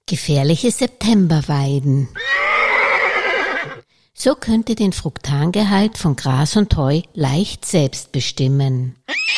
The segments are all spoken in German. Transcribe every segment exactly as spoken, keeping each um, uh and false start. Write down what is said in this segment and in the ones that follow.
Gefährliche Septemberweiden. So könnt ihr den Fructangehalt von Gras und Heu leicht selbst bestimmen.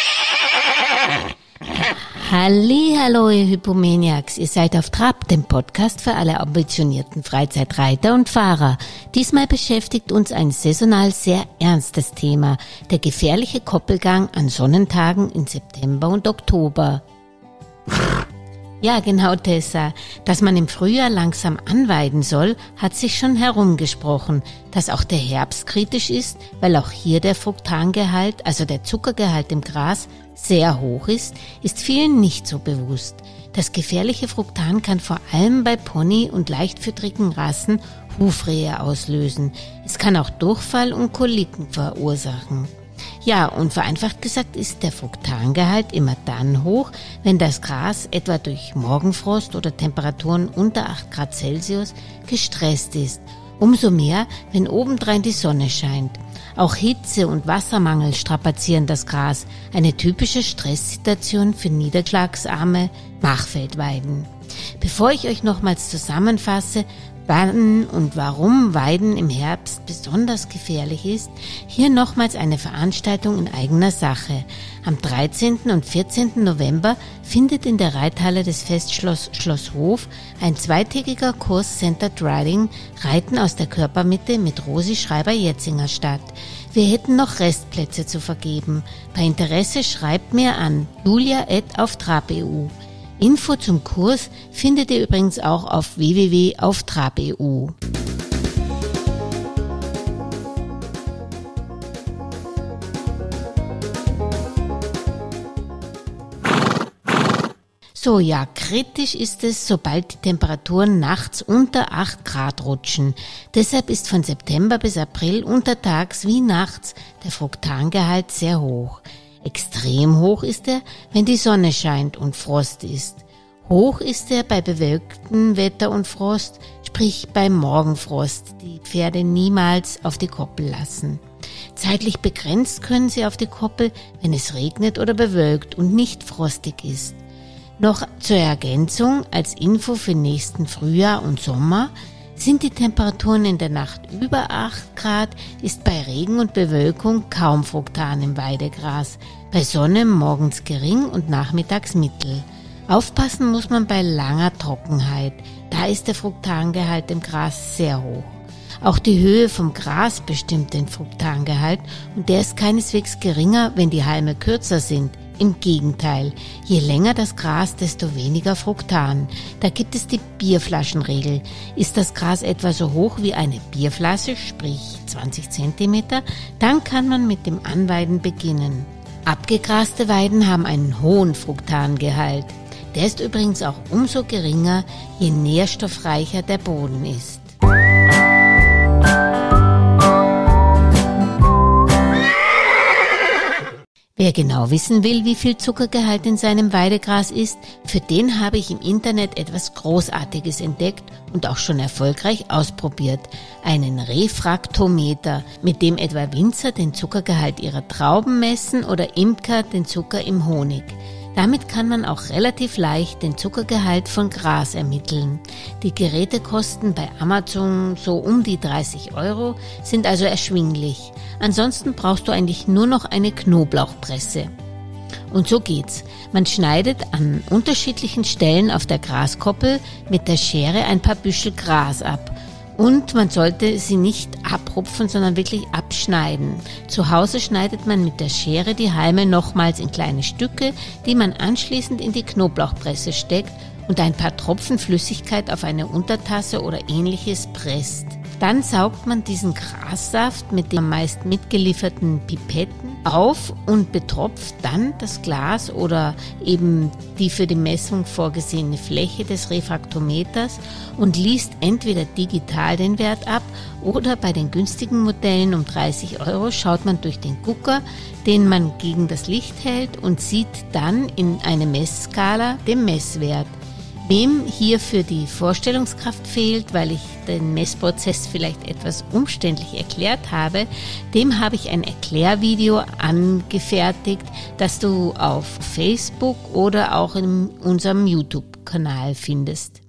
Hallihallo, ihr Hypomaniacs, ihr seid auf Trab, dem Podcast für alle ambitionierten Freizeitreiter und Fahrer. Diesmal beschäftigt uns ein saisonal sehr ernstes Thema, der gefährliche Koppelgang an Sonnentagen in September und Oktober. Ja, genau, Tessa. Dass man im Frühjahr langsam anweiden soll, hat sich schon herumgesprochen. Dass auch der Herbst kritisch ist, weil auch hier der Fructangehalt, also der Zuckergehalt im Gras, sehr hoch ist, ist vielen nicht so bewusst. Das gefährliche Fructan kann vor allem bei Pony- und leichtfütterigen Rassen Hufrehe auslösen. Es kann auch Durchfall und Koliken verursachen. Ja, und vereinfacht gesagt ist der Fructangehalt immer dann hoch, wenn das Gras etwa durch Morgenfrost oder Temperaturen unter acht Grad Celsius gestresst ist. Umso mehr, wenn obendrein die Sonne scheint. Auch Hitze und Wassermangel strapazieren das Gras, eine typische Stresssituation für niederschlagsarme Machfeldweiden. Bevor ich euch nochmals zusammenfasse, wann und warum Weiden im Herbst besonders gefährlich ist, hier nochmals eine Veranstaltung in eigener Sache. Am dreizehnten und vierzehnten November findet in der Reithalle des Festschloss Schloss Hof ein zweitägiger Kurs Centered Riding, Reiten aus der Körpermitte mit Rosi Schreiber-Jetzinger statt. Wir hätten noch Restplätze zu vergeben. Bei Interesse schreibt mir an julia at auf trab punkt e u. Info zum Kurs findet ihr übrigens auch auf w w w punkt auf trab punkt e u. So, ja, kritisch ist es, sobald die Temperaturen nachts unter acht Grad rutschen. Deshalb ist von September bis April untertags wie nachts der Fructangehalt sehr hoch. Extrem hoch ist er, wenn die Sonne scheint und Frost ist. Hoch ist er bei bewölktem Wetter und Frost, sprich beim Morgenfrost, die Pferde niemals auf die Koppel lassen. Zeitlich begrenzt können sie auf die Koppel, wenn es regnet oder bewölkt und nicht frostig ist. Noch zur Ergänzung als Info für nächsten Frühjahr und Sommer: Sind die Temperaturen in der Nacht über acht Grad, ist bei Regen und Bewölkung kaum Fructan im Weidegras, bei Sonne morgens gering und nachmittags mittel. Aufpassen muss man bei langer Trockenheit, da ist der Fructangehalt im Gras sehr hoch. Auch die Höhe vom Gras bestimmt den Fructangehalt und der ist keineswegs geringer, wenn die Halme kürzer sind. Im Gegenteil, je länger das Gras, desto weniger Fructan. Da gibt es die Bierflaschenregel. Ist das Gras etwa so hoch wie eine Bierflasche, sprich zwanzig Zentimeter, dann kann man mit dem Anweiden beginnen. Abgegraste Weiden haben einen hohen Fructangehalt. Der ist übrigens auch umso geringer, je nährstoffreicher der Boden ist. Wer genau wissen will, wie viel Zuckergehalt in seinem Weidegras ist, für den habe ich im Internet etwas Großartiges entdeckt und auch schon erfolgreich ausprobiert. Einen Refraktometer, mit dem etwa Winzer den Zuckergehalt ihrer Trauben messen oder Imker den Zucker im Honig. Damit kann man auch relativ leicht den Zuckergehalt von Gras ermitteln. Die Geräte kosten bei Amazon so um die dreißig Euro, sind also erschwinglich. Ansonsten brauchst du eigentlich nur noch eine Knoblauchpresse. Und so geht's. Man schneidet an unterschiedlichen Stellen auf der Graskoppel mit der Schere ein paar Büschel Gras ab. Und man sollte sie nicht abrupfen, sondern wirklich abschneiden. Zu Hause schneidet man mit der Schere die Halme nochmals in kleine Stücke, die man anschließend in die Knoblauchpresse steckt und ein paar Tropfen Flüssigkeit auf eine Untertasse oder ähnliches presst. Dann saugt man diesen Grassaft mit den meist mitgelieferten Pipetten auf und betropft dann das Glas oder eben die für die Messung vorgesehene Fläche des Refraktometers und liest entweder digital den Wert ab oder bei den günstigen Modellen um dreißig Euro schaut man durch den Gucker, den man gegen das Licht hält und sieht dann in eine Messskala den Messwert. Wem hierfür die Vorstellungskraft fehlt, weil ich den Messprozess vielleicht etwas umständlich erklärt habe, dem habe ich ein Erklärvideo angefertigt, das du auf Facebook oder auch in unserem YouTube-Kanal findest.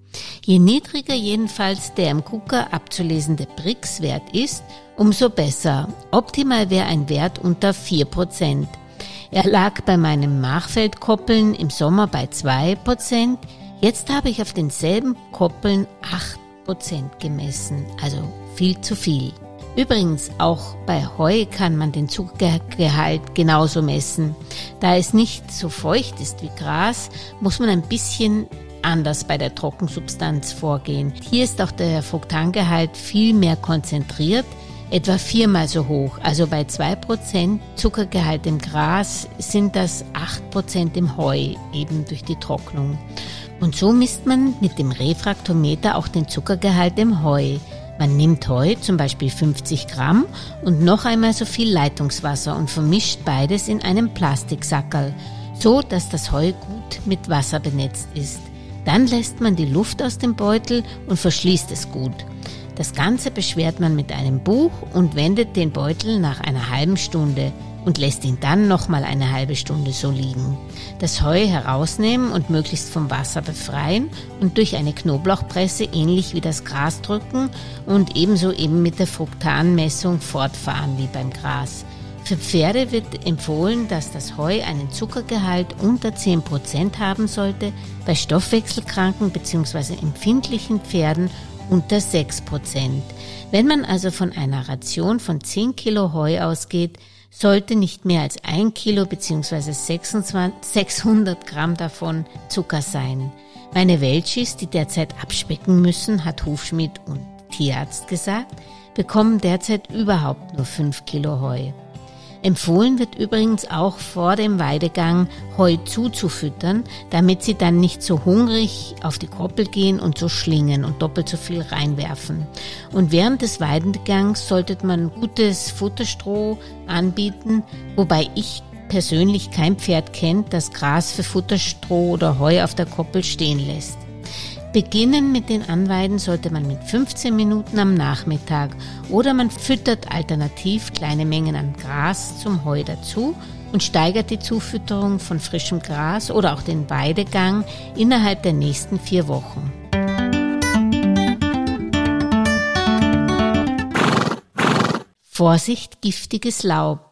Je niedriger jedenfalls der im Gucker abzulesende Brix-Wert ist, umso besser. Optimal wäre ein Wert unter vier Prozent. Er lag bei meinem Machfeld-Koppeln im Sommer bei zwei Prozent. Jetzt habe ich auf denselben Koppeln acht Prozent gemessen, also viel zu viel. Übrigens, auch bei Heu kann man den Zuckergehalt genauso messen. Da es nicht so feucht ist wie Gras, muss man ein bisschen anders bei der Trockensubstanz vorgehen. Hier ist auch der Fructangehalt viel mehr konzentriert, etwa viermal so hoch. Also bei zwei Prozent Zuckergehalt im Gras sind das acht Prozent im Heu, eben durch die Trocknung. Und so misst man mit dem Refraktometer auch den Zuckergehalt im Heu. Man nimmt Heu, zum Beispiel fünfzig Gramm, und noch einmal so viel Leitungswasser und vermischt beides in einem Plastiksackerl, so dass das Heu gut mit Wasser benetzt ist. Dann lässt man die Luft aus dem Beutel und verschließt es gut. Das Ganze beschwert man mit einem Buch und wendet den Beutel nach einer halben Stunde und lässt ihn dann nochmal eine halbe Stunde so liegen. Das Heu herausnehmen und möglichst vom Wasser befreien und durch eine Knoblauchpresse ähnlich wie das Gras drücken und ebenso eben mit der Fructanmessung fortfahren wie beim Gras. Für Pferde wird empfohlen, dass das Heu einen Zuckergehalt unter zehn Prozent haben sollte, bei stoffwechselkranken bzw. empfindlichen Pferden unter sechs Prozent. Wenn man also von einer Ration von zehn Kilo Heu ausgeht, sollte nicht mehr als ein Kilo bzw. sechshundert Gramm davon Zucker sein. Meine Welchis, die derzeit abspecken müssen, hat Hufschmied und Tierarzt gesagt, bekommen derzeit überhaupt nur fünf Kilo Heu. Empfohlen wird übrigens auch vor dem Weidegang Heu zuzufüttern, damit sie dann nicht so hungrig auf die Koppel gehen und so schlingen und doppelt so viel reinwerfen. Und während des Weidegangs sollte man gutes Futterstroh anbieten, wobei ich persönlich kein Pferd kennt, das Gras für Futterstroh oder Heu auf der Koppel stehen lässt. Beginnen mit den Anweiden sollte man mit fünfzehn Minuten am Nachmittag oder man füttert alternativ kleine Mengen an Gras zum Heu dazu und steigert die Zufütterung von frischem Gras oder auch den Weidegang innerhalb der nächsten vier Wochen. Vorsicht, giftiges Laub.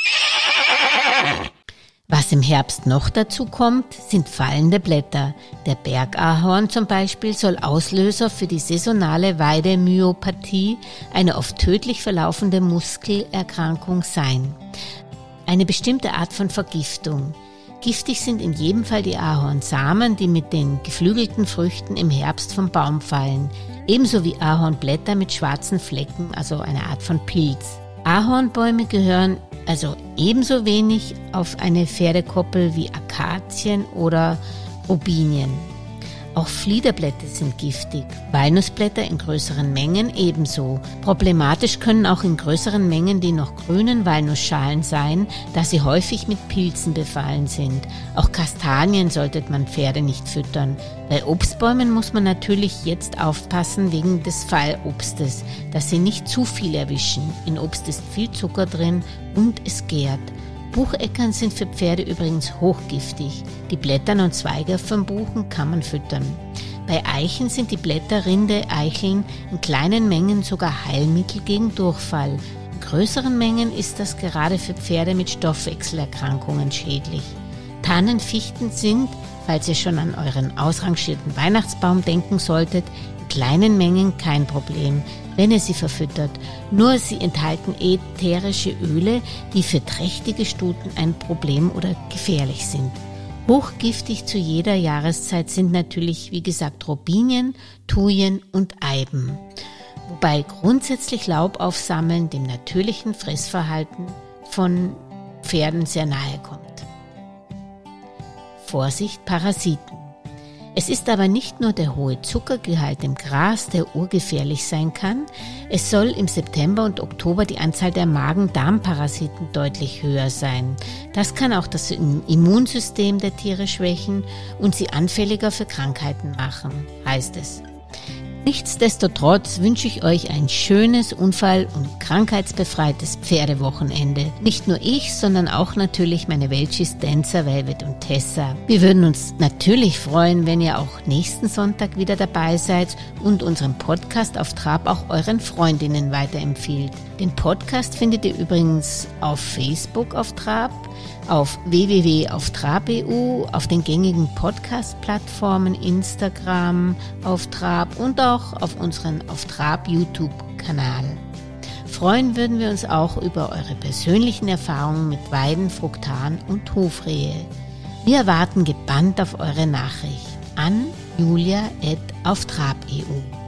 Was im Herbst noch dazu kommt, sind fallende Blätter. Der Bergahorn zum Beispiel soll Auslöser für die saisonale Weidemyopathie, eine oft tödlich verlaufende Muskelerkrankung sein. Eine bestimmte Art von Vergiftung. Giftig sind in jedem Fall die Ahornsamen, die mit den geflügelten Früchten im Herbst vom Baum fallen. Ebenso wie Ahornblätter mit schwarzen Flecken, also eine Art von Pilz. Ahornbäume gehören also ebenso wenig auf eine Pferdekoppel wie Akazien oder Robinien. Auch Fliederblätter sind giftig, Walnussblätter in größeren Mengen ebenso. Problematisch können auch in größeren Mengen die noch grünen Walnussschalen sein, da sie häufig mit Pilzen befallen sind. Auch Kastanien sollte man Pferde nicht füttern. Bei Obstbäumen muss man natürlich jetzt aufpassen wegen des Fallobstes, dass sie nicht zu viel erwischen. In Obst ist viel Zucker drin und es gärt. Bucheckern sind für Pferde übrigens hochgiftig. Die Blätter und Zweige von Buchen kann man füttern. Bei Eichen sind die Blätter, Rinde, Eicheln in kleinen Mengen sogar Heilmittel gegen Durchfall. In größeren Mengen ist das gerade für Pferde mit Stoffwechselerkrankungen schädlich. Tannen, Fichten sind, falls ihr schon an euren ausrangierten Weihnachtsbaum denken solltet, in kleinen Mengen kein Problem, wenn ihr sie verfüttert. Nur sie enthalten ätherische Öle, die für trächtige Stuten ein Problem oder gefährlich sind. Hochgiftig zu jeder Jahreszeit sind natürlich, wie gesagt, Robinien, Thujen und Eiben. Wobei grundsätzlich Laub aufsammeln dem natürlichen Fressverhalten von Pferden sehr nahe kommt. Vorsicht, Parasiten. Es ist aber nicht nur der hohe Zuckergehalt im Gras, der urgefährlich sein kann. Es soll im September und Oktober die Anzahl der Magen-Darm-Parasiten deutlich höher sein. Das kann auch das Immunsystem der Tiere schwächen und sie anfälliger für Krankheiten machen, heißt es. Nichtsdestotrotz wünsche ich euch ein schönes, unfall- und krankheitsbefreites Pferdewochenende. Nicht nur ich, sondern auch natürlich meine Welchis Dancer, Velvet und Tessa. Wir würden uns natürlich freuen, wenn ihr auch nächsten Sonntag wieder dabei seid und unseren Podcast auf Trab auch euren Freundinnen weiterempfiehlt. Den Podcast findet ihr übrigens auf Facebook auf Trab, auf w w w punkt auf trab punkt e u, auf den gängigen Podcast-Plattformen Instagram auf Trab und auch auf unseren auf Trab YouTube-Kanal. Freuen würden wir uns auch über eure persönlichen Erfahrungen mit Weiden, Fruktaren und Hofrehe. Wir warten gebannt auf eure Nachricht an julia at auf trab punkt e u.